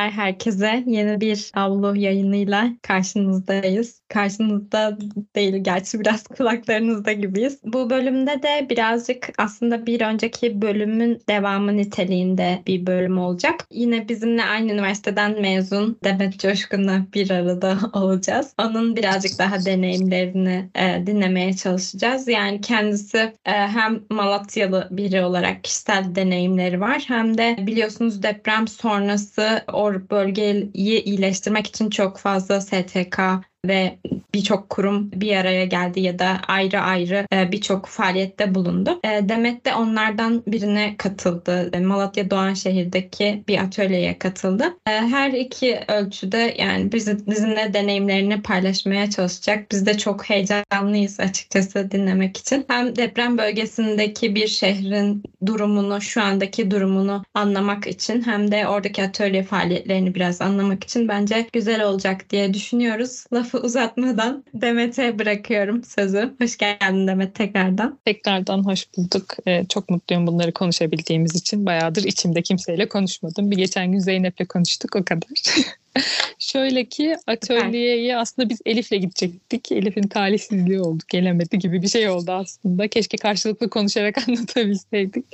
Merhabalar herkese. Yeni bir Avlu yayınıyla karşınızdayız. Karşınızda değil gerçi biraz kulaklarınızda gibiyiz. Bu bölümde de birazcık aslında bir önceki bölümün devamı niteliğinde bir bölüm olacak. Yine bizimle aynı üniversiteden mezun Demet Coşkun'la bir arada olacağız. Onun birazcık daha deneyimlerini dinlemeye çalışacağız. Yani kendisi hem Malatyalı biri olarak kişisel deneyimleri var hem de biliyorsunuz deprem sonrası o bölgeyi iyileştirmek için çok fazla STK ve birçok kurum bir araya geldi ya da ayrı ayrı birçok faaliyette bulundu. Demet de onlardan birine katıldı. Malatya Doğanşehir'deki bir atölyeye katıldı. Her iki ölçüde yani bizimle deneyimlerini paylaşmaya çalışacak. Biz de çok heyecanlıyız açıkçası dinlemek için. Hem deprem bölgesindeki bir şehrin durumunu, şu andaki durumunu anlamak için hem de oradaki atölye faaliyetlerini biraz anlamak için bence güzel olacak diye düşünüyoruz. Lafı uzatmadan Demet'e bırakıyorum sözü. Hoş geldin Demet tekrardan. Tekrardan hoş bulduk. Çok mutluyum bunları konuşabildiğimiz için. Bayağıdır içimde kimseyle konuşmadım. Bir geçen gün Zeynep'le konuştuk o kadar. Şöyle ki atölyeye aslında biz Elif'le gidecektik. Elif'in talihsizliği oldu. Gelemedi gibi bir şey oldu aslında. Keşke karşılıklı konuşarak anlatabilseydik.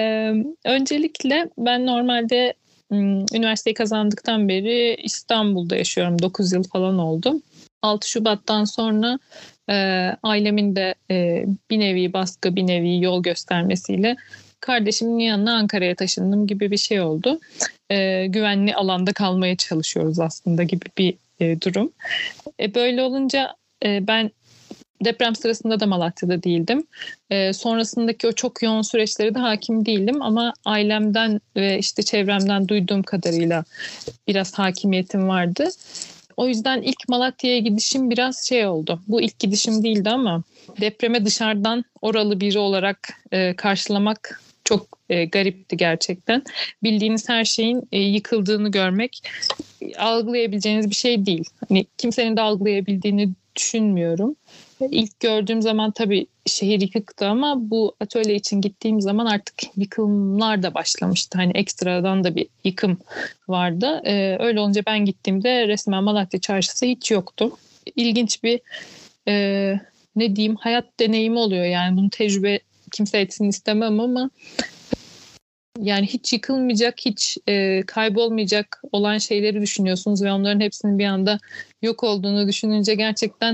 Öncelikle ben normalde üniversiteyi kazandıktan beri İstanbul'da yaşıyorum. 9 yıl falan oldu. 6 Şubat'tan sonra ailemin de bir nevi baskı, bir nevi yol göstermesiyle kardeşimin yanına Ankara'ya taşındım gibi bir şey oldu. Güvenli alanda kalmaya çalışıyoruz aslında gibi bir durum. Böyle olunca ben deprem sırasında da Malatya'da değildim. Sonrasındaki o çok yoğun süreçlere de hakim değilim ama ailemden ve işte çevremden duyduğum kadarıyla biraz hakimiyetim vardı. O yüzden ilk Malatya'ya gidişim biraz şey oldu. Bu ilk gidişim değildi ama depreme dışarıdan oralı biri olarak karşılamak çok garipti gerçekten. Bildiğiniz her şeyin yıkıldığını görmek algılayabileceğiniz bir şey değil. Hani kimsenin de algılayabildiğini düşünmüyorum. İlk gördüğüm zaman tabii şehir yıkıktı ama bu atölye için gittiğim zaman artık yıkımlar da başlamıştı. Hani ekstradan da bir yıkım vardı. Öyle olunca ben gittiğimde resmen Malatya Çarşısı hiç yoktu. İlginç bir ne diyeyim hayat deneyimi oluyor yani bunu tecrübe kimse etsin istemem ama yani hiç yıkılmayacak, hiç kaybolmayacak olan şeyleri düşünüyorsunuz ve onların hepsinin bir anda yok olduğunu düşününce gerçekten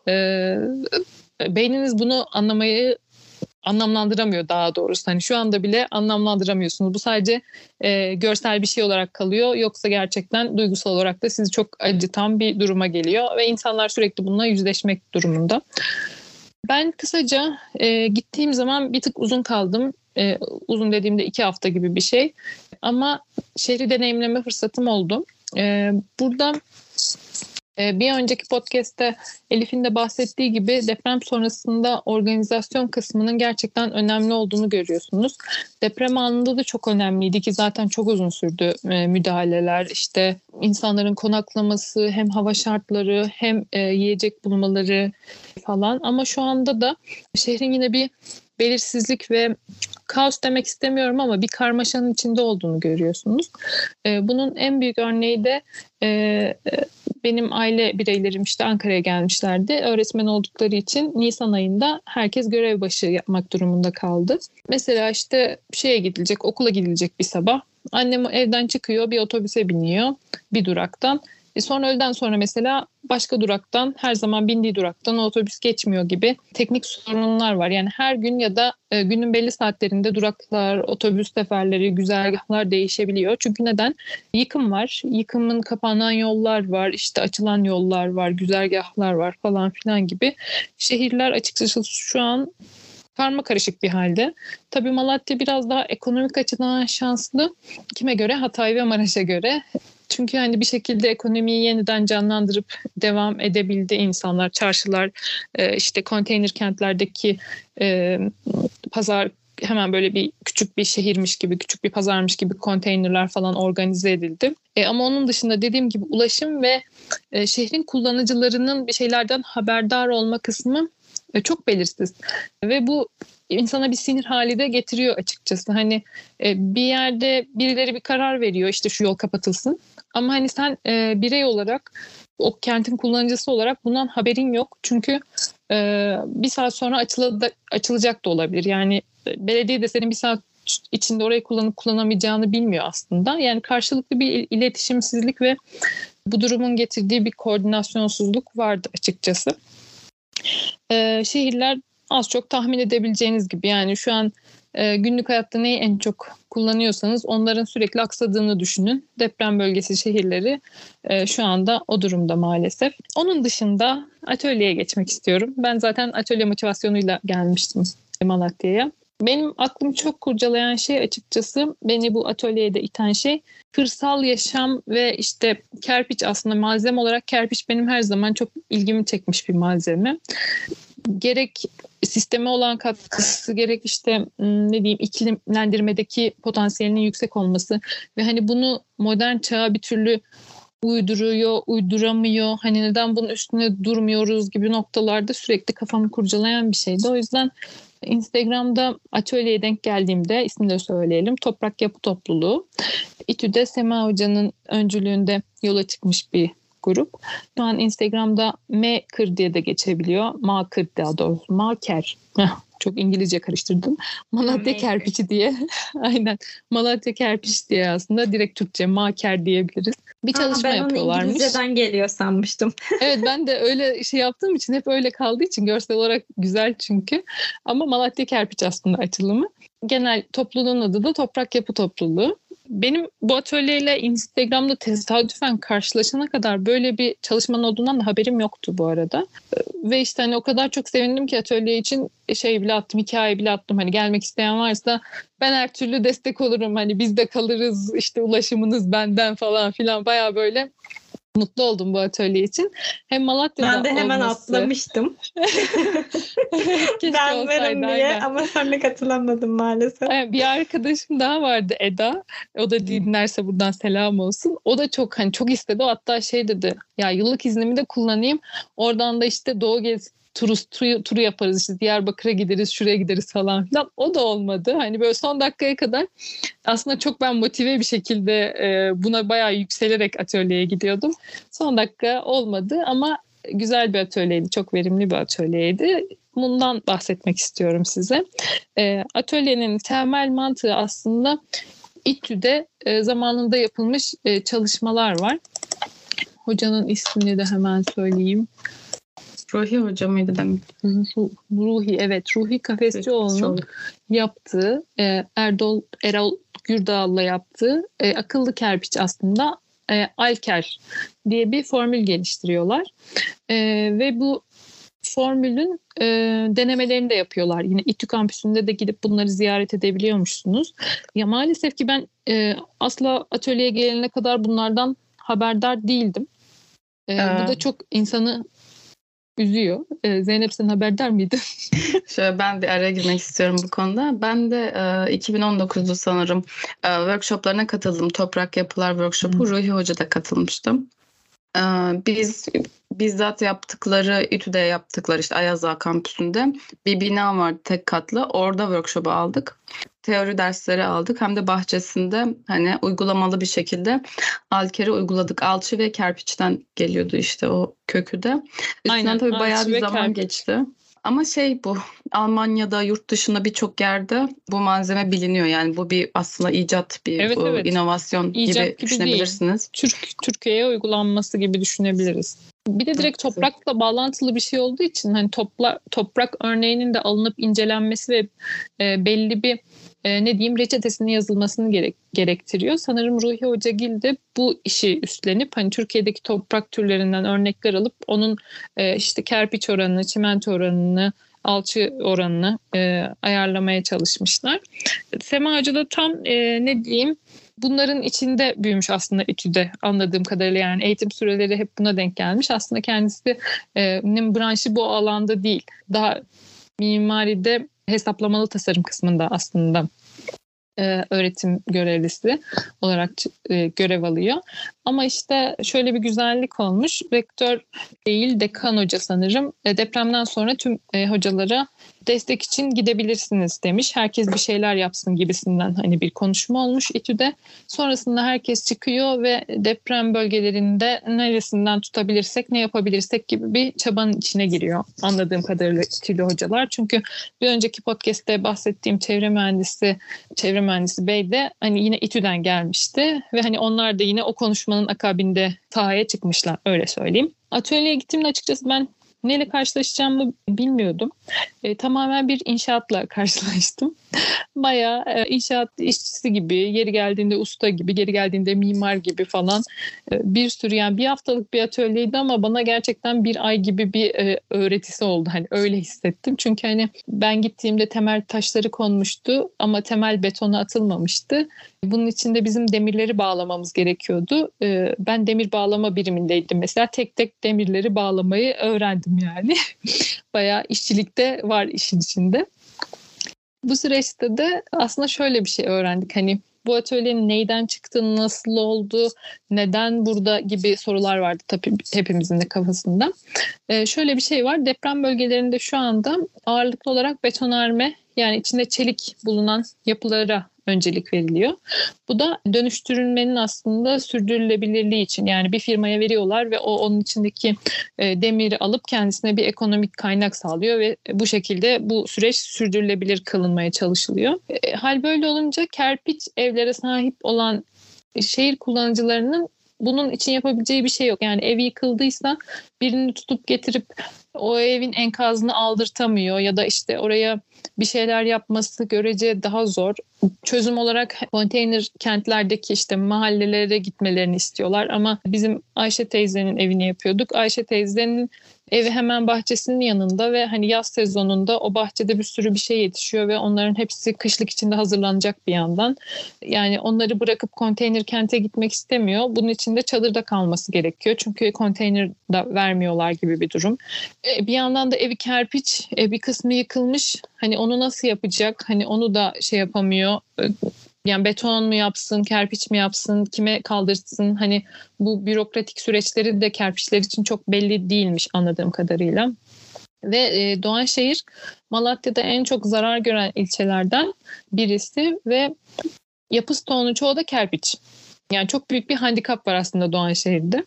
beyniniz bunu anlamlandıramıyor daha doğrusu. Hani şu anda bile anlamlandıramıyorsunuz. Bu sadece görsel bir şey olarak kalıyor. Yoksa gerçekten duygusal olarak da sizi çok acıtan bir duruma geliyor ve insanlar sürekli bununla yüzleşmek durumunda. Ben kısaca gittiğim zaman bir tık uzun kaldım. Uzun dediğimde 2 hafta gibi bir şey. Ama şehri deneyimleme fırsatım oldu. Burada bir önceki podcast'te Elif'in de bahsettiği gibi deprem sonrasında organizasyon kısmının gerçekten önemli olduğunu görüyorsunuz. Deprem anında da çok önemliydi ki zaten çok uzun sürdü müdahaleler. İşte insanların konaklaması, hem hava şartları hem yiyecek bulmaları falan. Ama şu anda da şehrin yine bir belirsizlik ve kaos demek istemiyorum ama bir karmaşanın içinde olduğunu görüyorsunuz. Bunun en büyük örneği de benim aile bireylerim işte Ankara'ya gelmişlerdi. Öğretmen oldukları için Nisan ayında herkes görev başı yapmak durumunda kaldı. Mesela işte okula gidilecek bir sabah. Annem evden çıkıyor, bir otobüse biniyor bir duraktan. Sonra öğleden sonra mesela başka duraktan, her zaman bindiği duraktan otobüs geçmiyor gibi teknik sorunlar var. Yani her gün ya da günün belli saatlerinde duraklar, otobüs seferleri, güzergahlar değişebiliyor. Çünkü neden? Yıkım var. Yıkımın kapanan yollar var, işte açılan yollar var, güzergahlar var falan filan gibi. Şehirler açıkçası şu an karmakarışık bir halde. Tabii Malatya biraz daha ekonomik açıdan şanslı. Kime göre? Hatay ve Maraş'a göre. Çünkü hani bir şekilde ekonomiyi yeniden canlandırıp devam edebildi insanlar. Çarşılar, işte konteyner kentlerdeki pazar hemen böyle bir küçük bir şehirmiş gibi, küçük bir pazarmış gibi konteynerler falan organize edildi. Ama onun dışında dediğim gibi ulaşım ve şehrin kullanıcılarının bir şeylerden haberdar olma kısmı çok belirsiz. Ve bu insana bir sinir hali de getiriyor açıkçası. Hani bir yerde birileri bir karar veriyor, işte şu yol kapatılsın. Ama hani sen birey olarak, o kentin kullanıcısı olarak bundan haberin yok. Çünkü bir saat sonra açılacak da olabilir. Yani belediye de senin bir saat içinde orayı kullanıp kullanamayacağını bilmiyor aslında. Yani karşılıklı bir iletişimsizlik ve bu durumun getirdiği bir koordinasyonsuzluk vardı açıkçası. Şehirler az çok tahmin edebileceğiniz gibi, yani şu an günlük hayatta neyi en çok kullanıyorsanız onların sürekli aksadığını düşünün. Deprem bölgesi şehirleri şu anda o durumda maalesef. Onun dışında atölyeye geçmek istiyorum. Ben zaten atölye motivasyonuyla gelmiştim Malatya'ya. Benim aklımı çok kurcalayan şey, açıkçası beni bu atölyeye de iten şey, kırsal yaşam ve işte kerpiç. Aslında malzeme olarak kerpiç benim her zaman çok ilgimi çekmiş bir malzeme. Gerek sisteme olan katkısı, gerek işte ne diyeyim, iklimlendirmedeki potansiyelinin yüksek olması ve hani bunu modern çağa bir türlü uyduruyor, uyduramıyor. Hani neden bunun üstüne durmuyoruz gibi noktalarda sürekli kafamı kurcalayan bir şeydi. O yüzden Instagram'da atölyeye denk geldiğimde, ismini de söyleyelim, Toprak Yapı Topluluğu, İTÜ'de Sema Hoca'nın öncülüğünde yola çıkmış bir grup. Şu an Instagram'da M-Kır diye de geçebiliyor. Ma-Kır daha doğrusu. Ma-Ker. Çok İngilizce karıştırdım. Malatya Kerpiçi diye. Aynen. Malatya Kerpiç diye aslında direkt Türkçe Ma-Ker diyebiliriz. Bir çalışma yapıyorlarmış. Ben onu İngilizceden geliyor sanmıştım. Evet, ben de öyle şey yaptığım için, hep öyle kaldığı için, görsel olarak güzel çünkü. Ama Malatya Kerpiç aslında açılımı. Genel topluluğun adı da Toprak Yapı Topluluğu. Benim bu atölyeyle Instagram'da tesadüfen karşılaşana kadar böyle bir çalışmanın olduğundan da haberim yoktu bu arada. Ve işte hani o kadar çok sevindim ki atölye için şey bile attım, hikaye bile attım. Hani gelmek isteyen varsa ben her türlü destek olurum. Hani biz de kalırız, işte ulaşımınız benden falan filan, bayağı böyle mutlu oldum bu atölye için. Hem Malatya'da ben de hemen olması... atlamıştım. Ben varım diye, aynen. Ama sonra katılamadım maalesef. Yani bir arkadaşım daha vardı, Eda. O da dinlerse buradan selam olsun. O da çok istedi. O hatta şey dedi, ya yıllık iznimi de kullanayım. Oradan da işte Doğu Gezi turu yaparız, işte Diyarbakır'a gideriz, şuraya gideriz falan filan. O da olmadı. Hani böyle son dakikaya kadar aslında çok ben motive bir şekilde buna bayağı yükselerek atölyeye gidiyordum. Son dakika olmadı ama güzel bir atölyeydi. Çok verimli bir atölyeydi. Bundan bahsetmek istiyorum size. Atölyenin temel mantığı aslında İTÜ'de zamanında yapılmış çalışmalar var. Hocanın ismini de hemen söyleyeyim. Ruhi Hoca mıydı demek? Ruhi, evet. Ruhi Kafesçioğlu'nun yaptığı, Erol Gürdağ'la yaptığı akıllı kerpiç aslında Alker diye bir formül geliştiriyorlar. Ve bu formülün denemelerini de yapıyorlar. Yine İTÜ kampüsünde de gidip bunları ziyaret edebiliyormuşsunuz. Ya maalesef ki ben asla atölyeye gelene kadar bunlardan haberdar değildim. Bu da çok insanı üzüyor. Zeynep, sen haberdar mıydın? Şöyle, ben bir araya girmek istiyorum bu konuda. Ben de 2019'da sanırım workshoplarına katıldım. Toprak Yapılar Workshopu. Ruhi Hoca da katılmıştım. Biz bizzat yaptıkları, İTÜ'de yaptıkları işte Ayaz Ağa kampüsünde bir bina vardı, tek katlı. Orada workshop'u aldık. Teori dersleri aldık. Hem de bahçesinde hani uygulamalı bir şekilde Alker'i uyguladık. Alçı ve kerpiçten geliyordu işte o kökü de. Üstünden Aynen, tabii bayağı bir zaman kerpiç geçti. Ama bu Almanya'da, yurt dışında birçok yerde bu malzeme biliniyor. Yani bu bir aslında icat, bir evet. inovasyon gibi düşünebilirsiniz. Türkiye'ye uygulanması gibi düşünebiliriz. Bir de direkt toprakla bağlantılı bir şey olduğu için hani toprak örneğinin de alınıp incelenmesi ve belli bir reçetesinin yazılmasını gerektiriyor. Sanırım Ruhi Hocagil de bu işi üstlenip hani Türkiye'deki toprak türlerinden örnekler alıp onun işte kerpiç oranını, çimento oranını, alçı oranını ayarlamaya çalışmışlar. Sema Hoca da tam bunların içinde büyümüş aslında İTÜ'de, anladığım kadarıyla. Yani eğitim süreleri hep buna denk gelmiş. Aslında kendisinin branşı bu alanda değil. Daha mimaride hesaplamalı tasarım kısmında aslında öğretim görevlisi olarak görev alıyor. Ama işte şöyle bir güzellik olmuş. Rektör değil, dekan hoca sanırım depremden sonra tüm hocalara destek için gidebilirsiniz demiş. Herkes bir şeyler yapsın gibisinden hani bir konuşma olmuş İTÜ'de. Sonrasında herkes çıkıyor ve deprem bölgelerinde neresinden tutabilirsek, ne yapabilirsek gibi bir çabanın içine giriyor. Anladığım kadarıyla İTÜ'lü hocalar. Çünkü bir önceki podcast'te bahsettiğim çevre mühendisi Bey de hani yine İTÜ'den gelmişti ve hani onlar da yine o konuşmanın akabinde sahaya çıkmışlar, öyle söyleyeyim. Atölyeye gittiğimde açıkçası ben neyle karşılaşacağımı bilmiyordum. Tamamen bir inşaatla karşılaştım. Bayağı inşaat işçisi gibi, yeri geldiğinde usta gibi, geri geldiğinde mimar gibi falan bir sürü, yani bir haftalık bir atölyeydi ama bana gerçekten bir ay gibi bir öğretisi oldu. Hani öyle hissettim. Çünkü hani ben gittiğimde temel taşları konmuştu ama temel betona atılmamıştı. Bunun için de bizim demirleri bağlamamız gerekiyordu. Ben demir bağlama birimindeydim mesela. Tek tek demirleri bağlamayı öğrendim yani. Bayağı işçilik de var işin içinde. Bu süreçte de aslında şöyle bir şey öğrendik. Hani bu atölyenin neyden çıktığını, nasıl oldu, neden burada gibi sorular vardı tabii hepimizin de kafasında. Şöyle bir şey var. Deprem bölgelerinde şu anda ağırlıklı olarak betonarme, yani içinde çelik bulunan yapılara öncelik veriliyor. Bu da dönüştürülmenin aslında sürdürülebilirliği için, yani bir firmaya veriyorlar ve o onun içindeki demiri alıp kendisine bir ekonomik kaynak sağlıyor ve bu şekilde bu süreç sürdürülebilir kılınmaya çalışılıyor. Hal böyle olunca kerpiç evlere sahip olan şehir kullanıcılarının bunun için yapabileceği bir şey yok. Yani ev yıkıldıysa birini tutup getirip o evin enkazını aldırtamıyor ya da işte oraya bir şeyler yapması görece daha zor. Çözüm olarak konteyner kentlerdeki işte mahallelere gitmelerini istiyorlar ama bizim Ayşe teyzenin evini yapıyorduk. Ayşe teyzenin evi hemen bahçesinin yanında ve hani yaz sezonunda o bahçede bir sürü bir şey yetişiyor ve onların hepsi kışlık içinde hazırlanacak bir yandan. Yani onları bırakıp konteyner kente gitmek istemiyor. Bunun için de çadırda kalması gerekiyor. Çünkü konteyner da vermiyorlar gibi bir durum. Bir yandan da evi kerpiç, bir kısmı yıkılmış. Hani onu nasıl yapacak? Hani onu da şey yapamıyor. Yani beton mu yapsın, kerpiç mi yapsın, kime kaldırsın? Hani bu bürokratik süreçleri de kerpiçler için çok belli değilmiş anladığım kadarıyla. Ve Doğanşehir Malatya'da en çok zarar gören ilçelerden birisi ve yapı stoğunun çoğu da kerpiç. Yani çok büyük bir handikap var aslında Doğanşehir'de.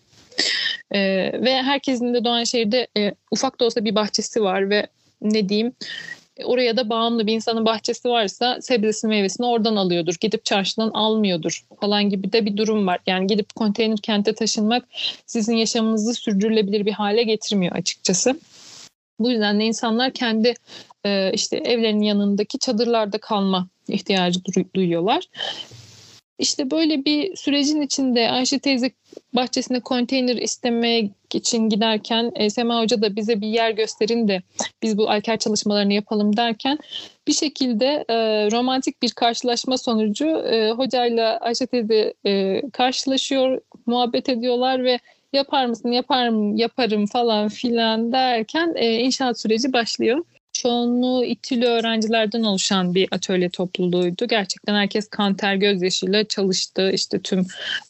Ve herkesin de Doğanşehir'de ufak da olsa bir bahçesi var ve ne diyeyim, oraya da bağımlı bir insanın bahçesi varsa sebzesini meyvesini oradan alıyordur. Gidip çarşıdan almıyordur falan gibi de bir durum var. Yani gidip konteyner kente taşınmak sizin yaşamınızı sürdürülebilir bir hale getirmiyor açıkçası. Bu yüzden de insanlar kendi işte evlerinin yanındaki çadırlarda kalma ihtiyacı duyuyorlar. İşte böyle bir sürecin içinde Ayşe teyze bahçesine konteyner istemek için giderken Sema Hoca da bize bir yer gösterin de biz bu alker çalışmalarını yapalım derken bir şekilde romantik bir karşılaşma sonucu hocayla Ayşe teyze karşılaşıyor, muhabbet ediyorlar ve yapar mısın, yaparım falan filan derken inşaat süreci başlıyor. Çoğunluğu İTÜ'lü öğrencilerden oluşan bir atölye topluluğuydu. Gerçekten herkes kan ter gözyaşıyla çalıştı. İşte tüm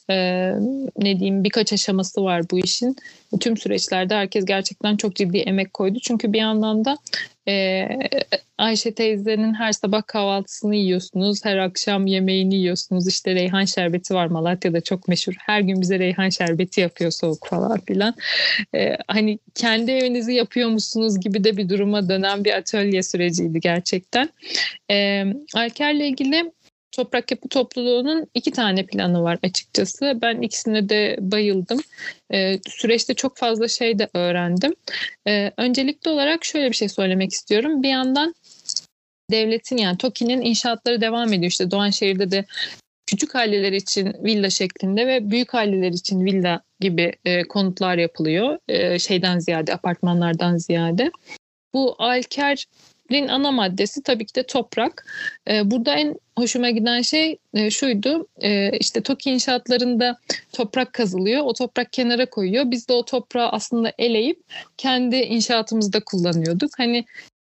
ne diyeyim birkaç aşaması var bu işin. Tüm süreçlerde herkes gerçekten çok ciddi emek koydu. Çünkü bir yandan da Ayşe teyzenin her sabah kahvaltısını yiyorsunuz. Her akşam yemeğini yiyorsunuz. İşte reyhan şerbeti var Malatya'da çok meşhur. Her gün bize reyhan şerbeti yapıyor soğuk falan filan. Hani kendi evinizi yapıyor musunuz gibi de bir duruma dönen bir atölye süreciydi gerçekten. Alker'le ilgili Toprak Yapı Topluluğu'nun 2 tane planı var açıkçası. Ben ikisine de bayıldım. Süreçte çok fazla şey de öğrendim. Öncelikli olarak şöyle bir şey söylemek istiyorum. Bir yandan devletin, yani TOKİ'nin inşaatları devam ediyor. İşte Doğanşehir'de de küçük aileler için villa şeklinde ve büyük aileler için villa gibi konutlar yapılıyor. Şeyden ziyade, apartmanlardan ziyade. Bu Alker'in ana maddesi tabii ki de toprak. Burada en hoşuma giden şey şuydu. İşte TOKİ inşaatlarında toprak kazılıyor. O toprak kenara koyuyor. Biz de o toprağı aslında eleyip kendi inşaatımızda kullanıyorduk. Hani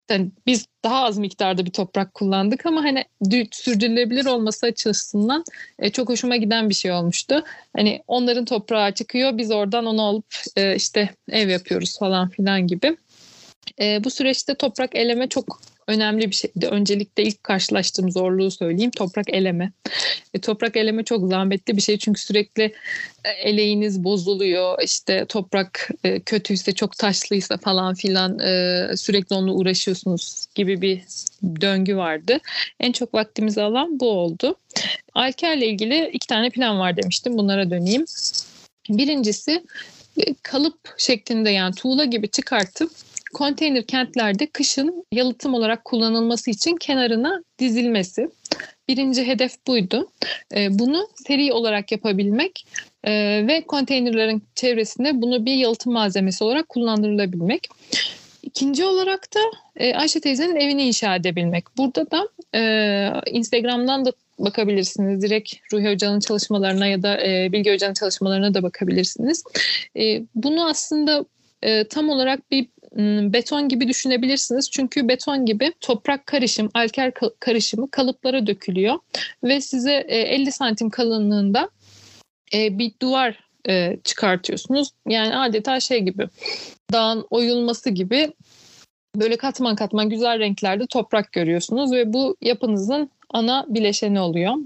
Yani biz daha az miktarda bir toprak kullandık ama hani sürdürülebilir olması açısından çok hoşuma giden bir şey olmuştu. Hani onların toprağı çıkıyor, biz oradan onu alıp işte ev yapıyoruz falan filan gibi. Bu süreçte toprak eleme çok önemli bir şeydi. Öncelikle ilk karşılaştığım zorluğu söyleyeyim. Toprak eleme. Toprak eleme çok zahmetli bir şey. Çünkü sürekli eleğiniz bozuluyor. İşte toprak kötüyse, çok taşlıysa falan filan sürekli onunla uğraşıyorsunuz gibi bir döngü vardı. En çok vaktimizi alan bu oldu. Alker'le ilgili 2 tane plan var demiştim. Bunlara döneyim. Birincisi kalıp şeklinde, yani tuğla gibi çıkartıp konteyner kentlerde kışın yalıtım olarak kullanılması için kenarına dizilmesi. Birinci hedef buydu. Bunu seri olarak yapabilmek ve konteynerlerin çevresinde bunu bir yalıtım malzemesi olarak kullandırılabilmek. İkinci olarak da Ayşe teyzenin evini inşa edebilmek. Burada da Instagram'dan da bakabilirsiniz. Direkt Ruhi Hoca'nın çalışmalarına ya da Bilge Hoca'nın çalışmalarına da bakabilirsiniz. Bunu aslında tam olarak bir beton gibi düşünebilirsiniz. Çünkü beton gibi toprak karışım, alker karışımı kalıplara dökülüyor ve size 50 santim kalınlığında bir duvar çıkartıyorsunuz. Yani adeta şey gibi, dağın oyulması gibi böyle katman katman güzel renklerde toprak görüyorsunuz ve bu yapınızın ana bileşeni oluyor.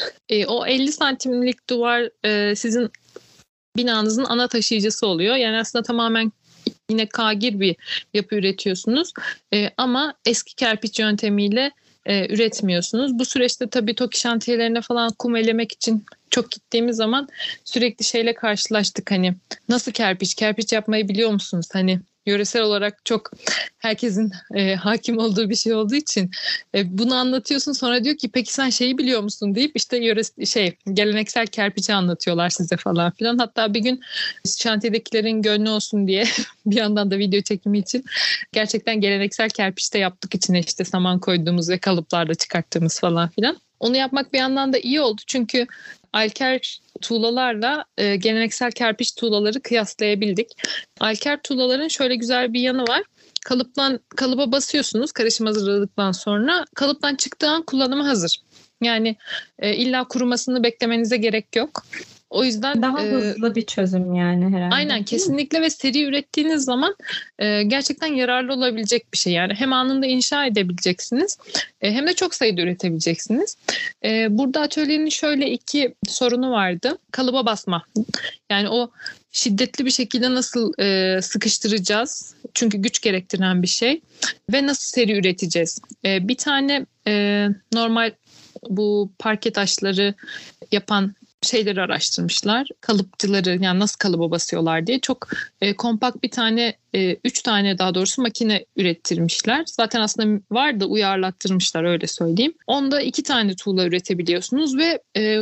O 50 santimlik duvar sizin binanızın ana taşıyıcısı oluyor. Yani aslında tamamen yine kagir bir yapı üretiyorsunuz ama eski kerpiç yöntemiyle üretmiyorsunuz. Bu süreçte tabii TOKİ şantiyelerine falan kum elemek için çok gittiğimiz zaman sürekli şeyle karşılaştık. Hani nasıl kerpiç yapmayı biliyor musunuz? Hani yöresel olarak çok herkesin hakim olduğu bir şey olduğu için bunu anlatıyorsun, sonra diyor ki peki sen şeyi biliyor musun deyip işte geleneksel kerpiçi anlatıyorlar size falan filan. Hatta bir gün şantiyedekilerin gönlü olsun diye bir yandan da video çekimi için gerçekten geleneksel kerpiçte yaptık, içine işte saman koyduğumuz ve kalıplarda çıkarttığımız falan filan. Onu yapmak bir yandan da iyi oldu çünkü alker tuğlalarla geleneksel kerpiç tuğlaları kıyaslayabildik. Alker tuğlaların şöyle güzel bir yanı var. Kalıba basıyorsunuz karışım hazırladıktan sonra. Kalıptan çıktığı an kullanıma hazır. Yani illa kurumasını beklemenize gerek yok. O yüzden daha hızlı bir çözüm yani herhalde. Aynen, kesinlikle ve seri ürettiğiniz zaman gerçekten yararlı olabilecek bir şey. Yani hem anında inşa edebileceksiniz hem de çok sayıda üretebileceksiniz. Burada atölyenin şöyle 2 sorunu vardı. Kalıba basma. Yani o şiddetli bir şekilde nasıl sıkıştıracağız? Çünkü güç gerektiren bir şey. Ve nasıl seri üreteceğiz? Bir tane normal bu parke taşları yapan şeyleri araştırmışlar. Kalıpçıları, yani nasıl kalıba basıyorlar diye çok kompakt bir tane 3 tane daha doğrusu makine ürettirmişler. Zaten aslında vardı, uyarlattırmışlar öyle söyleyeyim. Onda 2 tane tuğla üretebiliyorsunuz ve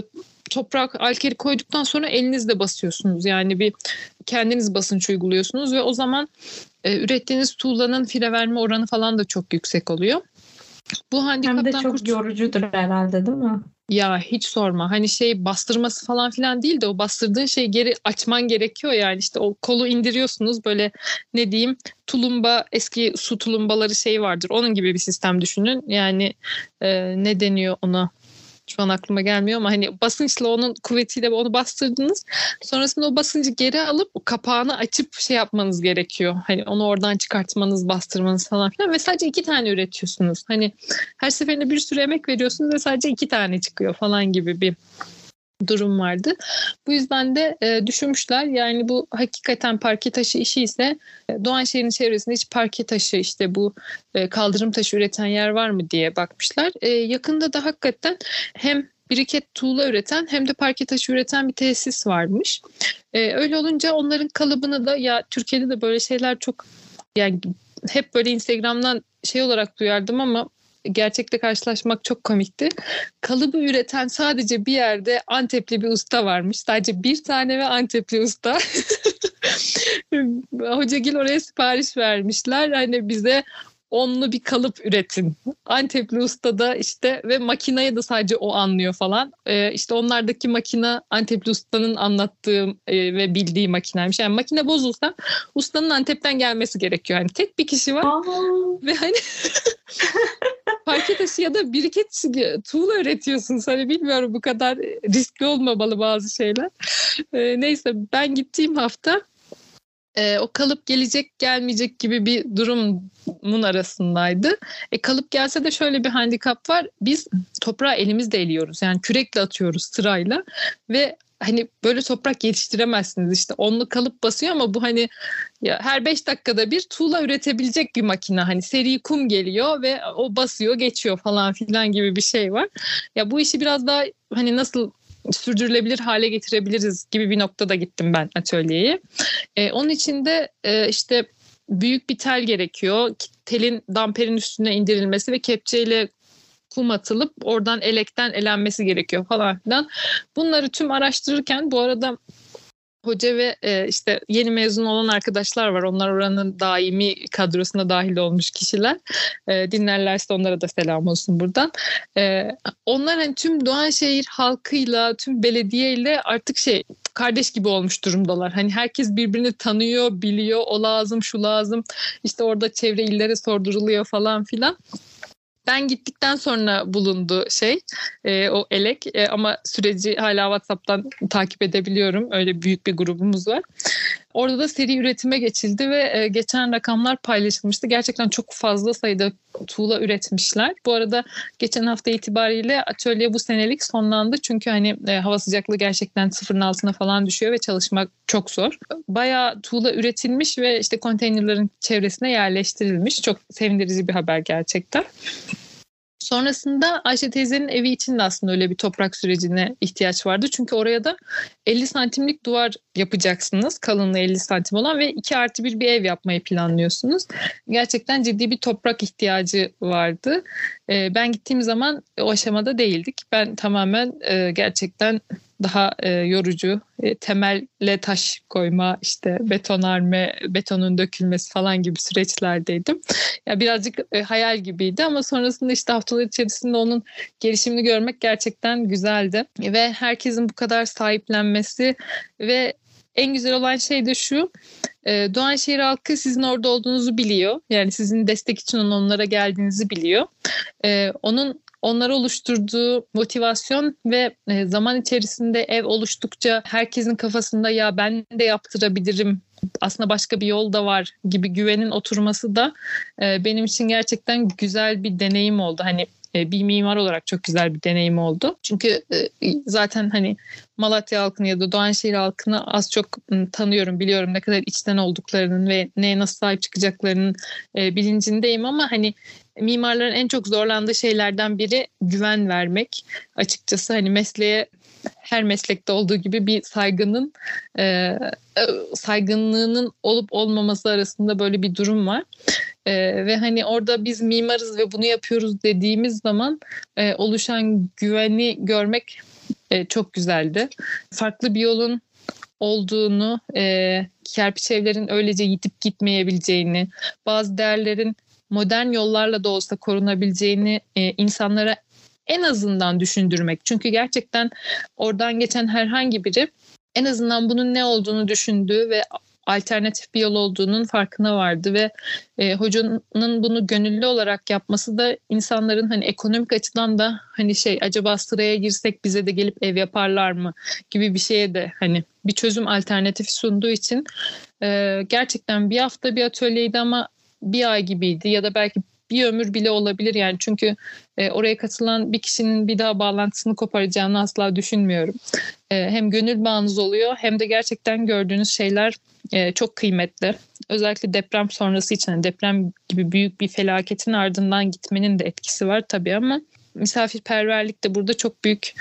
toprak alkeri koyduktan sonra elinizle basıyorsunuz. Yani bir kendiniz basınç uyguluyorsunuz ve o zaman ürettiğiniz tuğlanın fire verme oranı falan da çok yüksek oluyor. Bu hem de çok yorucudur herhalde, değil mi? Ya hiç sorma. Hani bastırması falan filan değil de o bastırdığın şeyi geri açman gerekiyor yani. İşte o kolu indiriyorsunuz, böyle ne diyeyim, tulumba, eski su tulumbaları vardır. Onun gibi bir sistem düşünün. Yani ne deniyor ona? Şu an aklıma gelmiyor ama hani basınçla, onun kuvvetiyle onu bastırdınız. Sonrasında o basıncı geri alıp o kapağını açıp yapmanız gerekiyor. Hani onu oradan çıkartmanız, bastırmanız falan filan ve sadece 2 tane üretiyorsunuz. Hani her seferinde bir sürü emek veriyorsunuz ve sadece 2 tane çıkıyor falan gibi bir durum vardı. Bu yüzden de düşünmüşler, yani bu hakikaten parke taşı işi ise Doğanşehir'in çevresinde hiç parke taşı, işte bu kaldırım taşı üreten yer var mı diye bakmışlar. Yakında da hakikaten hem biriket tuğla üreten hem de parke taşı üreten bir tesis varmış. Öyle olunca onların kalıbını da, ya Türkiye'de de böyle şeyler çok, yani hep böyle Instagram'dan olarak duyardım ama gerçekte karşılaşmak çok komikti. Kalıbı üreten sadece bir yerde Antepli bir usta varmış. Sadece bir tane ve Antepli usta. Hocagil oraya sipariş vermişler. Hani bize onlu bir kalıp üretin. Antepli usta da işte ve makinayı da sadece o anlıyor falan. İşte onlardaki makina Antepli ustanın anlattığı ve bildiği makinaymış. Yani makine bozulsa ustanın Antep'ten gelmesi gerekiyor. Yani tek bir kişi var ve hani parke taşı ya da biriket tuğla üretiyorsun. Hani bilmiyorum, bu kadar riskli olmamalı bazı şeyler. Neyse, ben gittiğim hafta o kalıp gelecek gelmeyecek gibi bir durumun arasındaydı. Kalıp gelse de şöyle bir handikap var. Biz toprağı elimizle eliyoruz. Yani kürekle atıyoruz sırayla ve hani böyle toprak yetiştiremezsiniz. İşte onlu kalıp basıyor ama bu hani ya her 5 dakikada bir tuğla üretebilecek bir makine. Hani seri kum geliyor ve o basıyor geçiyor falan filan gibi bir şey var. Ya bu işi biraz daha hani nasıl sürdürülebilir hale getirebiliriz gibi bir noktada gittim ben atölyeye. Onun için de işte büyük bir tel gerekiyor. Telin damperin üstüne indirilmesi ve kepçeyle kum atılıp oradan elekten elenmesi gerekiyor falan filan. Bunları tüm araştırırken bu arada hoca ve işte yeni mezun olan arkadaşlar var. Onlar oranın daimi kadrosuna dahil olmuş kişiler. Dinlerlerse onlara da selam olsun buradan. Onlar hani tüm Doğanşehir halkıyla, tüm belediyeyle artık kardeş gibi olmuş durumdalar. Hani herkes birbirini tanıyor, biliyor. O lazım, şu lazım. İşte orada çevre illere sorduruluyor falan filan. Ben gittikten sonra bulundu o elek ama süreci hala WhatsApp'tan takip edebiliyorum. Öyle büyük bir grubumuz var. Orada da seri üretime geçildi ve geçen rakamlar paylaşılmıştı. Gerçekten çok fazla sayıda tuğla üretmişler. Bu arada geçen hafta itibariyle atölye bu senelik sonlandı. Çünkü hani hava sıcaklığı gerçekten sıfırın altına falan düşüyor ve çalışmak çok zor. Bayağı tuğla üretilmiş ve işte konteynerlerin çevresine yerleştirilmiş. Çok sevindirici bir haber gerçekten. Sonrasında Ayşe teyzenin evi için de aslında öyle bir toprak sürecine ihtiyaç vardı. Çünkü oraya da 50 santimlik duvar yapacaksınız. Kalınlığı 50 santim olan ve 2+1 bir ev yapmayı planlıyorsunuz. Gerçekten ciddi bir toprak ihtiyacı vardı. Ben gittiğim zaman o aşamada değildik. Ben tamamen gerçekten daha yorucu, temelle taş koyma, işte betonarme, betonun dökülmesi falan gibi süreçlerdeydim. Ya birazcık hayal gibiydi ama sonrasında işte haftalar içerisinde onun gelişimini görmek gerçekten güzeldi. Ve herkesin bu kadar sahiplenmesi ve en güzel olan şey de şu: Doğanşehir halkı sizin orada olduğunuzu biliyor. Yani sizin destek için onlara geldiğinizi biliyor. Onlara oluşturduğu motivasyon ve zaman içerisinde ev oluştukça herkesin kafasında ya ben de yaptırabilirim, aslında başka bir yol da var gibi güvenin oturması da benim için gerçekten güzel bir deneyim oldu. Hani bir mimar olarak çok güzel bir deneyim oldu. Çünkü zaten hani Malatya halkını ya da Doğanşehir halkını az çok tanıyorum, biliyorum ne kadar içten olduklarının ve neye nasıl sahip çıkacaklarının bilincindeyim ama hani mimarların en çok zorlandığı şeylerden biri güven vermek. Açıkçası hani mesleğe, her meslekte olduğu gibi bir saygınlığının olup olmaması arasında böyle bir durum var. Ve hani orada biz mimarız ve bunu yapıyoruz dediğimiz zaman oluşan güveni görmek çok güzeldi. Farklı bir yolun olduğunu, kerpiç evlerin öylece yitip gitmeyebileceğini, bazı değerlerin modern yollarla da olsa korunabileceğini insanlara en azından düşündürmek. Çünkü gerçekten oradan geçen herhangi biri en azından bunun ne olduğunu düşündüğü ve alternatif bir yol olduğunun farkına vardı ve hocanın bunu gönüllü olarak yapması da insanların hani ekonomik açıdan da hani acaba sıraya girsek bize de gelip ev yaparlar mı gibi bir şeye de hani bir çözüm alternatifi sunduğu için gerçekten bir hafta bir atölyeydi ama bir ay gibiydi ya da belki bir ömür bile olabilir yani, çünkü oraya katılan bir kişinin bir daha bağlantısını koparacağını asla düşünmüyorum. Hem gönül bağınız oluyor hem de gerçekten gördüğünüz şeyler çok kıymetli. Özellikle deprem sonrası için, deprem gibi büyük bir felaketin ardından gitmenin de etkisi var tabii ama misafirperverlik de burada çok büyük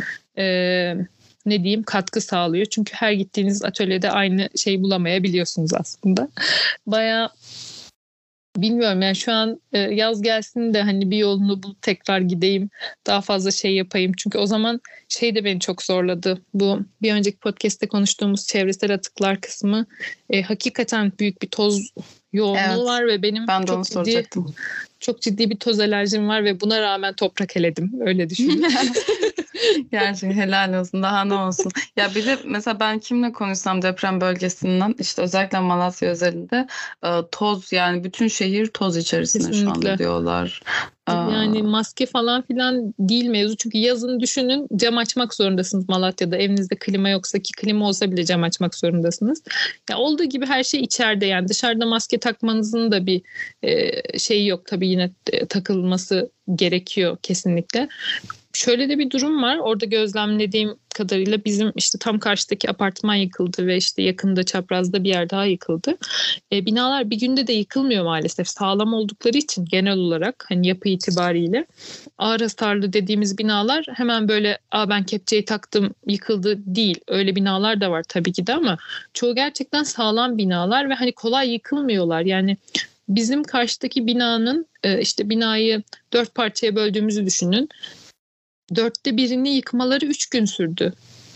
katkı sağlıyor. Çünkü her gittiğiniz atölyede aynı şeyi bulamayabiliyorsunuz aslında. Bayağı bilmiyorum yani, şu an yaz gelsin de hani bir yolunu bulup tekrar gideyim, daha fazla şey yapayım. Çünkü o zaman de beni çok zorladı. Bu bir önceki podcast'te konuştuğumuz çevresel atıklar kısmı hakikaten büyük bir toz yoğunluğu Evet, var ve benim ben de onu soracaktım. çok ciddi bir toz alerjim var ve buna rağmen toprak eledim. Öyle düşünün. Gerçekten helal olsun. Daha ne olsun. Ya bir de mesela ben kimle konuşsam deprem bölgesinden, işte özellikle Malatya özelinde, toz, yani bütün şehir toz içerisinde şu anda Kesinlikle. diyorlar. Yani maske falan filan değil mevzu. Çünkü yazın düşünün, cam açmak zorundasınız Malatya'da. Evinizde klima yoksa, ki klima olsa bile cam açmak zorundasınız. Ya olduğu gibi her şey içeride, yani dışarıda maske takmanızın da bir şeyi yok. Tabii yine takılması gerekiyor kesinlikle. Şöyle de bir durum var. Orada gözlemlediğim kadarıyla bizim işte tam karşıdaki apartman yıkıldı ve işte yakında, çaprazda bir yer daha yıkıldı. Binalar bir günde de yıkılmıyor maalesef. Sağlam oldukları için genel olarak, hani yapı itibariyle ağır hasarlı dediğimiz binalar hemen böyle ben kepçeyi taktım yıkıldı değil. Öyle binalar da var tabii ki de, ama çoğu gerçekten sağlam binalar ve hani kolay yıkılmıyorlar. Yani bizim karşıdaki binanın işte binayı 4 parçaya böldüğümüzü düşünün. 1/4'ünü yıkmaları 3 gün sürdü.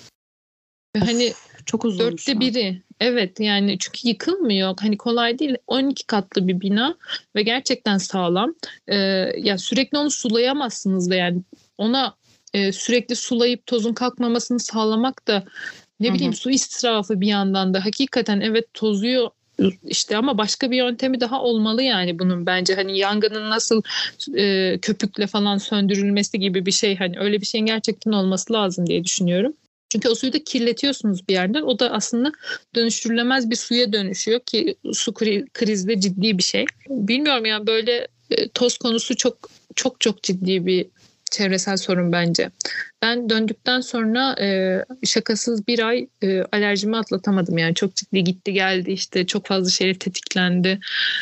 Hani çok uzun. 1/4, evet, yani çünkü yıkılmıyor. Hani kolay değil. 12 katlı bir bina ve gerçekten sağlam. Ya sürekli onu sulayamazsınız da, yani ona sürekli sulayıp tozun kalkmamasını sağlamak da ne bileyim su israfı bir yandan da. Hakikaten evet, tozuyor işte, ama başka bir yöntemi daha olmalı yani bunun, bence. Hani yangının nasıl köpükle falan söndürülmesi gibi bir şey, hani öyle bir şeyin gerçekten olması lazım diye düşünüyorum. Çünkü o suyu da kirletiyorsunuz bir yerden. O da aslında dönüştürülemez bir suya dönüşüyor ki su krizde ciddi bir şey. Bilmiyorum ya, böyle toz konusu çok ciddi bir çevresel sorun bence. Ben döndükten sonra şakasız bir ay alerjimi atlatamadım. Yani çok ciddi gitti geldi, işte çok fazla şey tetiklendi.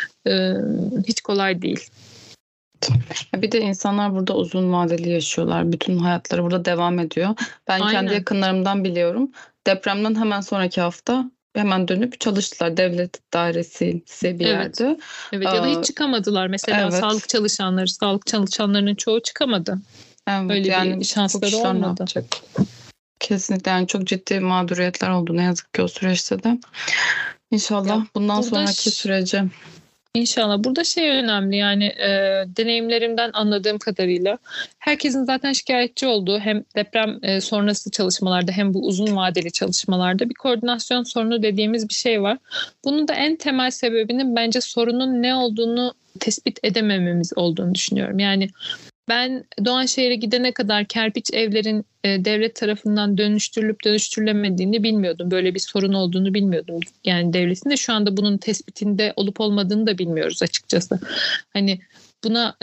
Hiç kolay değil. Bir de insanlar burada uzun vadeli yaşıyorlar. Bütün hayatları burada devam ediyor. Ben Aynen. kendi yakınlarımdan biliyorum. Depremden hemen sonraki hafta hemen dönüp çalıştılar. Devlet dairesi bir yerde. Evet, ya da hiç çıkamadılar. Mesela evet. sağlık çalışanlarının çoğu çıkamadı. Evet, Öyle yani bir şansları olmadı. Kesinlikle, yani çok ciddi mağduriyetler oldu ne yazık ki o süreçte de. İnşallah bundan sonraki sürece. İnşallah. Burada şey önemli, yani deneyimlerimden anladığım kadarıyla herkesin zaten şikayetçi olduğu, hem deprem sonrası çalışmalarda hem bu uzun vadeli çalışmalarda bir koordinasyon sorunu dediğimiz bir şey var. Bunun da en temel sebebinin bence sorunun ne olduğunu tespit edemememiz olduğunu düşünüyorum. Yani ben Doğanşehir'e gidene kadar kerpiç evlerin devlet tarafından dönüştürülüp dönüştürülemediğini bilmiyordum. Böyle bir sorun olduğunu bilmiyordum. Yani devletin de şu anda bunun tespitinde olup olmadığını da bilmiyoruz açıkçası. Hani buna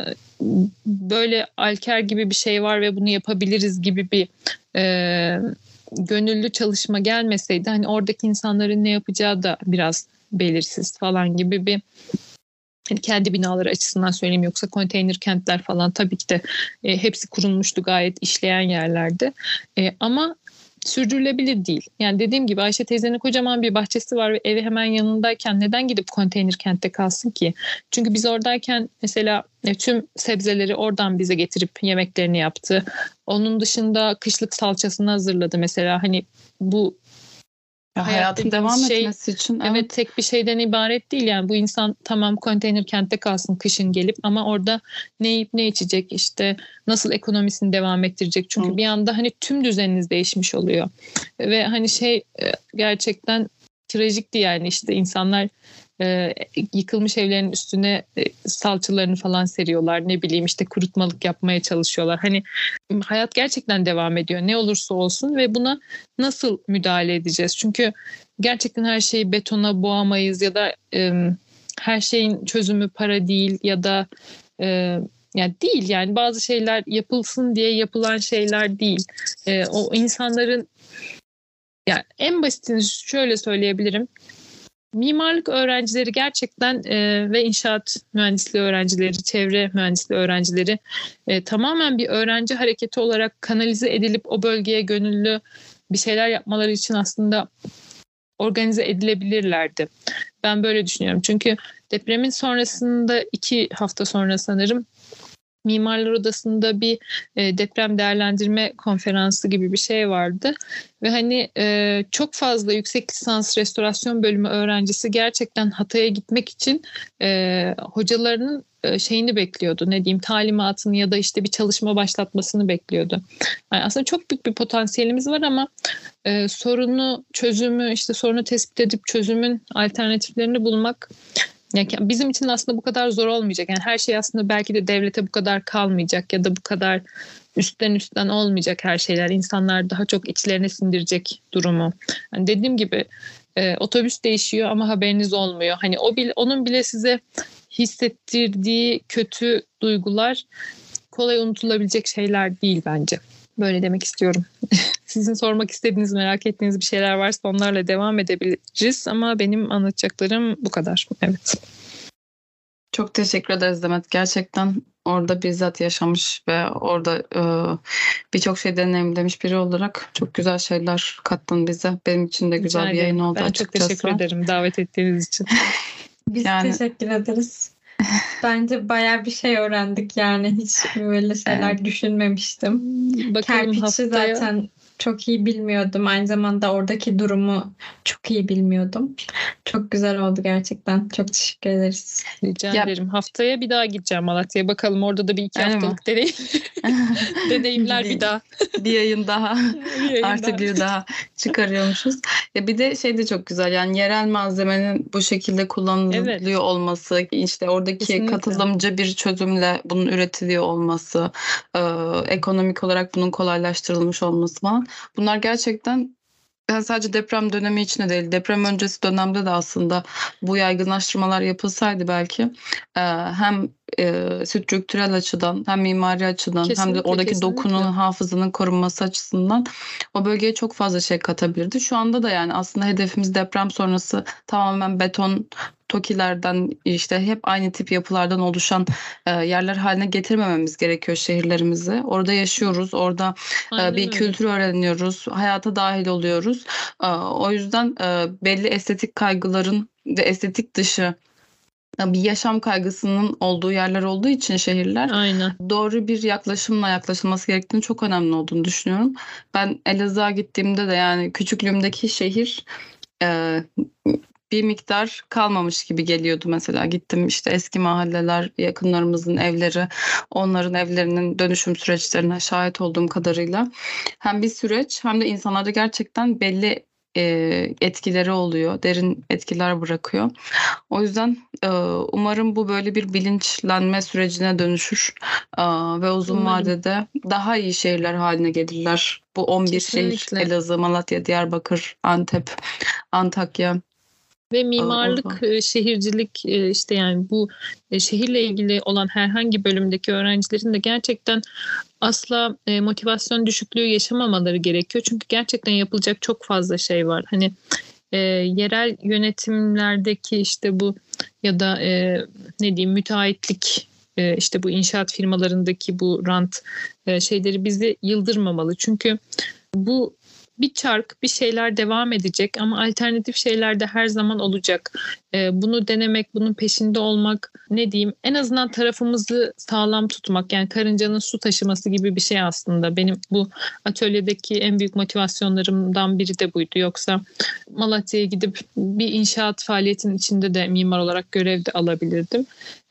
böyle Alker gibi bir şey var ve bunu yapabiliriz gibi bir gönüllü çalışma gelmeseydi, hani oradaki insanların ne yapacağı da biraz belirsiz falan gibi bir, hani kendi binaları açısından söyleyeyim, yoksa konteyner kentler falan tabii ki de hepsi kurulmuştu, gayet işleyen yerlerdi. Ama sürdürülebilir değil. Yani dediğim gibi Ayşe teyzenin kocaman bir bahçesi var ve evi hemen yanındayken neden gidip konteyner kentte kalsın ki? Çünkü biz oradayken mesela tüm sebzeleri oradan bize getirip yemeklerini yaptı. Onun dışında kışlık salçasını hazırladı mesela. Hani bu hayatın devam etmesi için. Evet, tek bir şeyden ibaret değil. Yani bu insan tamam konteyner kentte kalsın kışın gelip, ama orada ne yiyip ne içecek, işte nasıl ekonomisini devam ettirecek. Çünkü bir anda hani tüm düzeniniz değişmiş oluyor. Ve hani gerçekten trajikti yani, işte insanlar yıkılmış evlerin üstüne salçalarını falan seriyorlar. Ne bileyim, işte kurutmalık yapmaya çalışıyorlar. Hani hayat gerçekten devam ediyor ne olursa olsun ve buna nasıl müdahale edeceğiz? Çünkü gerçekten her şeyi betona boğamayız ya da her şeyin çözümü para değil ya da yani değil, yani bazı şeyler yapılsın diye yapılan şeyler değil. O insanların, yani en basitini şöyle söyleyebilirim. Mimarlık öğrencileri gerçekten ve inşaat mühendisliği öğrencileri, çevre mühendisliği öğrencileri tamamen bir öğrenci hareketi olarak kanalize edilip o bölgeye gönüllü bir şeyler yapmaları için aslında organize edilebilirlerdi. Ben böyle düşünüyorum. Çünkü depremin sonrasında 2 hafta sonra sanırım Mimarlar Odası'nda bir deprem değerlendirme konferansı gibi bir şey vardı. Ve hani çok fazla yüksek lisans restorasyon bölümü öğrencisi gerçekten Hatay'a gitmek için hocalarının şeyini bekliyordu. Ne diyeyim, talimatını ya da işte bir çalışma başlatmasını bekliyordu. Yani aslında çok büyük bir potansiyelimiz var ama sorunu tespit edip çözümün alternatiflerini bulmak, yani bizim için aslında bu kadar zor olmayacak. Yani her şey aslında belki de devlete bu kadar kalmayacak ya da bu kadar üstten olmayacak her şeyler. İnsanlar daha çok içlerine sindirecek durumu. Yani dediğim gibi otobüs değişiyor ama haberiniz olmuyor. Hani onun bile size hissettirdiği kötü duygular kolay unutulabilecek şeyler değil bence. Böyle demek istiyorum. Sizin sormak istediğiniz, merak ettiğiniz bir şeyler varsa onlarla devam edebiliriz ama benim anlatacaklarım bu kadar. Evet. Çok teşekkür ederiz Demet. Gerçekten orada bizzat yaşamış ve orada birçok şey deneyimlemiş biri olarak çok güzel şeyler kattın bize. Benim için de güzel bir yayın oldu açıkçası. Ben çok teşekkür ederim davet ettiğiniz için. Biz teşekkür ederiz. Bence bayağı bir şey öğrendik yani. Hiç böyle şeyler düşünmemiştim. Bakalım Kerpiç'i haftaya... zaten çok iyi bilmiyordum. Aynı zamanda oradaki durumu çok iyi bilmiyordum. Çok güzel oldu gerçekten. Çok teşekkür ederiz. Rica ederim. Haftaya bir daha gideceğim Malatya'ya. Bakalım orada da bir 2 haftalık deneyimler bir daha. Bir yayın daha. Artı bir daha çıkarıyormuşuz. Ya bir de şey de çok güzel. Yani yerel malzemenin bu şekilde kullanılıyor olması, işte oradaki kesinlikle katılımcı bir çözümle bunun üretiliyor olması, ekonomik olarak bunun kolaylaştırılmış olması falan. Bunlar gerçekten sadece deprem dönemi için de değil, deprem öncesi dönemde de aslında bu yaygınlaştırmalar yapılsaydı belki hem strüktürel açıdan hem mimari açıdan hem de oradaki dokunun, hafızanın korunması açısından o bölgeye çok fazla şey katabilirdi. Şu anda da yani aslında hedefimiz deprem sonrası tamamen beton TOKİ'lerden, işte hep aynı tip yapılardan oluşan yerler haline getirmememiz gerekiyor şehirlerimizi. Orada yaşıyoruz, orada bir kültür öğreniyoruz, hayata dahil oluyoruz. O yüzden belli estetik kaygıların ve estetik dışı bir yaşam kaygısının olduğu yerler olduğu için şehirler doğru bir yaklaşımla yaklaşılması gerektiğini, çok önemli olduğunu düşünüyorum. Ben Elazığ'a gittiğimde de yani küçüklüğümdeki şehir bir miktar kalmamış gibi geliyordu mesela. Gittim işte eski mahalleler, yakınlarımızın evleri, onların evlerinin dönüşüm süreçlerine şahit olduğum kadarıyla hem bir süreç hem de insanlarda gerçekten belli etkileri oluyor. Derin etkiler bırakıyor. O yüzden umarım bu böyle bir bilinçlenme sürecine dönüşür ve uzun vadede daha iyi şehirler haline gelirler. Bu 11 şehir: Elazığ, Malatya, Diyarbakır, Antep, Antakya. Ve mimarlık, şehircilik, işte yani bu şehirle ilgili olan herhangi bölümdeki öğrencilerin de gerçekten asla motivasyon düşüklüğü yaşamamaları gerekiyor. Çünkü gerçekten yapılacak çok fazla şey var. Hani yerel yönetimlerdeki işte bu ya da ne diyeyim, müteahhitlik, işte bu inşaat firmalarındaki bu rant şeyleri bizi yıldırmamalı. Çünkü bu bir çark, bir şeyler devam edecek ama alternatif şeyler de her zaman olacak. Bunu denemek, bunun peşinde olmak, ne diyeyim, en azından tarafımızı sağlam tutmak, yani karıncanın su taşıması gibi bir şey aslında. Benim bu atölyedeki en büyük motivasyonlarımdan biri de buydu. Yoksa Malatya'ya gidip bir inşaat faaliyetinin içinde de mimar olarak görev de alabilirdim.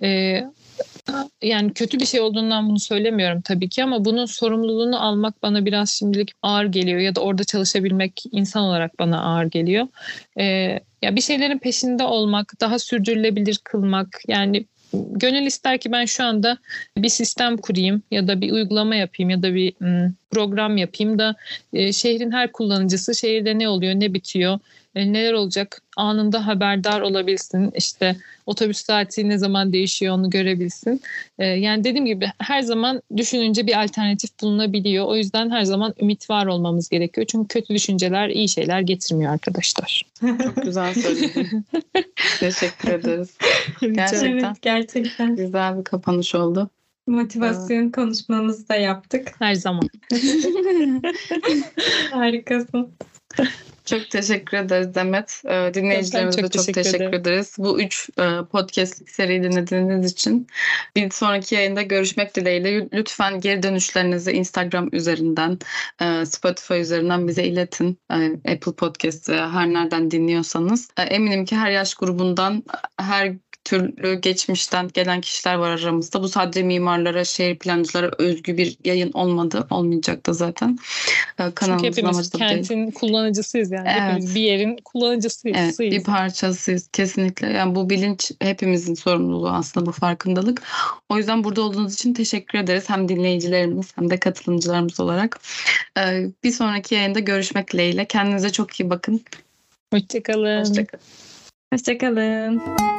Yani kötü bir şey olduğundan bunu söylemiyorum tabii ki ama bunun sorumluluğunu almak bana biraz şimdilik ağır geliyor ya da orada çalışabilmek insan olarak bana ağır geliyor. Ya bir şeylerin peşinde olmak, daha sürdürülebilir kılmak, yani gönül ister ki ben şu anda bir sistem kurayım ya da bir uygulama yapayım ya da bir program yapayım da şehrin her kullanıcısı şehirde ne oluyor, ne bitiyor, neler olacak anında haberdar olabilsin. İşte otobüs saati ne zaman değişiyor onu görebilsin. Yani dediğim gibi her zaman düşününce bir alternatif bulunabiliyor. O yüzden her zaman ümit var olmamız gerekiyor. Çünkü kötü düşünceler iyi şeyler getirmiyor arkadaşlar. Çok güzel söyledin. Teşekkür ederiz. Gerçekten güzel bir kapanış oldu. Motivasyon konuşmamızı da yaptık. Her zaman. Harikasın. Çok teşekkür ederiz Demet. Dinleyicilerimize de çok teşekkür ederiz. Bu 3 podcastlik seriyi dinlediğiniz için. Bir sonraki yayında görüşmek dileğiyle. Lütfen geri dönüşlerinizi Instagram üzerinden, Spotify üzerinden bize iletin. Apple Podcast veya her nereden dinliyorsanız. Eminim ki her yaş grubundan, her türlü geçmişten gelen kişiler var aramızda. Bu sadece mimarlara, şehir plancılara özgü bir yayın olmayacak da zaten. Çünkü hepimiz kentin kullanıcısıyız yani. Evet. Hepimiz bir yerin kullanıcısıyız. Evet, bir parçasıyız kesinlikle. Yani bu bilinç hepimizin sorumluluğu aslında, bu farkındalık. O yüzden burada olduğunuz için teşekkür ederiz. Hem dinleyicilerimiz hem de katılımcılarımız olarak. Bir sonraki yayında görüşmek dileğiyle. Kendinize çok iyi bakın. Hoşçakalın. Hoşçakalın.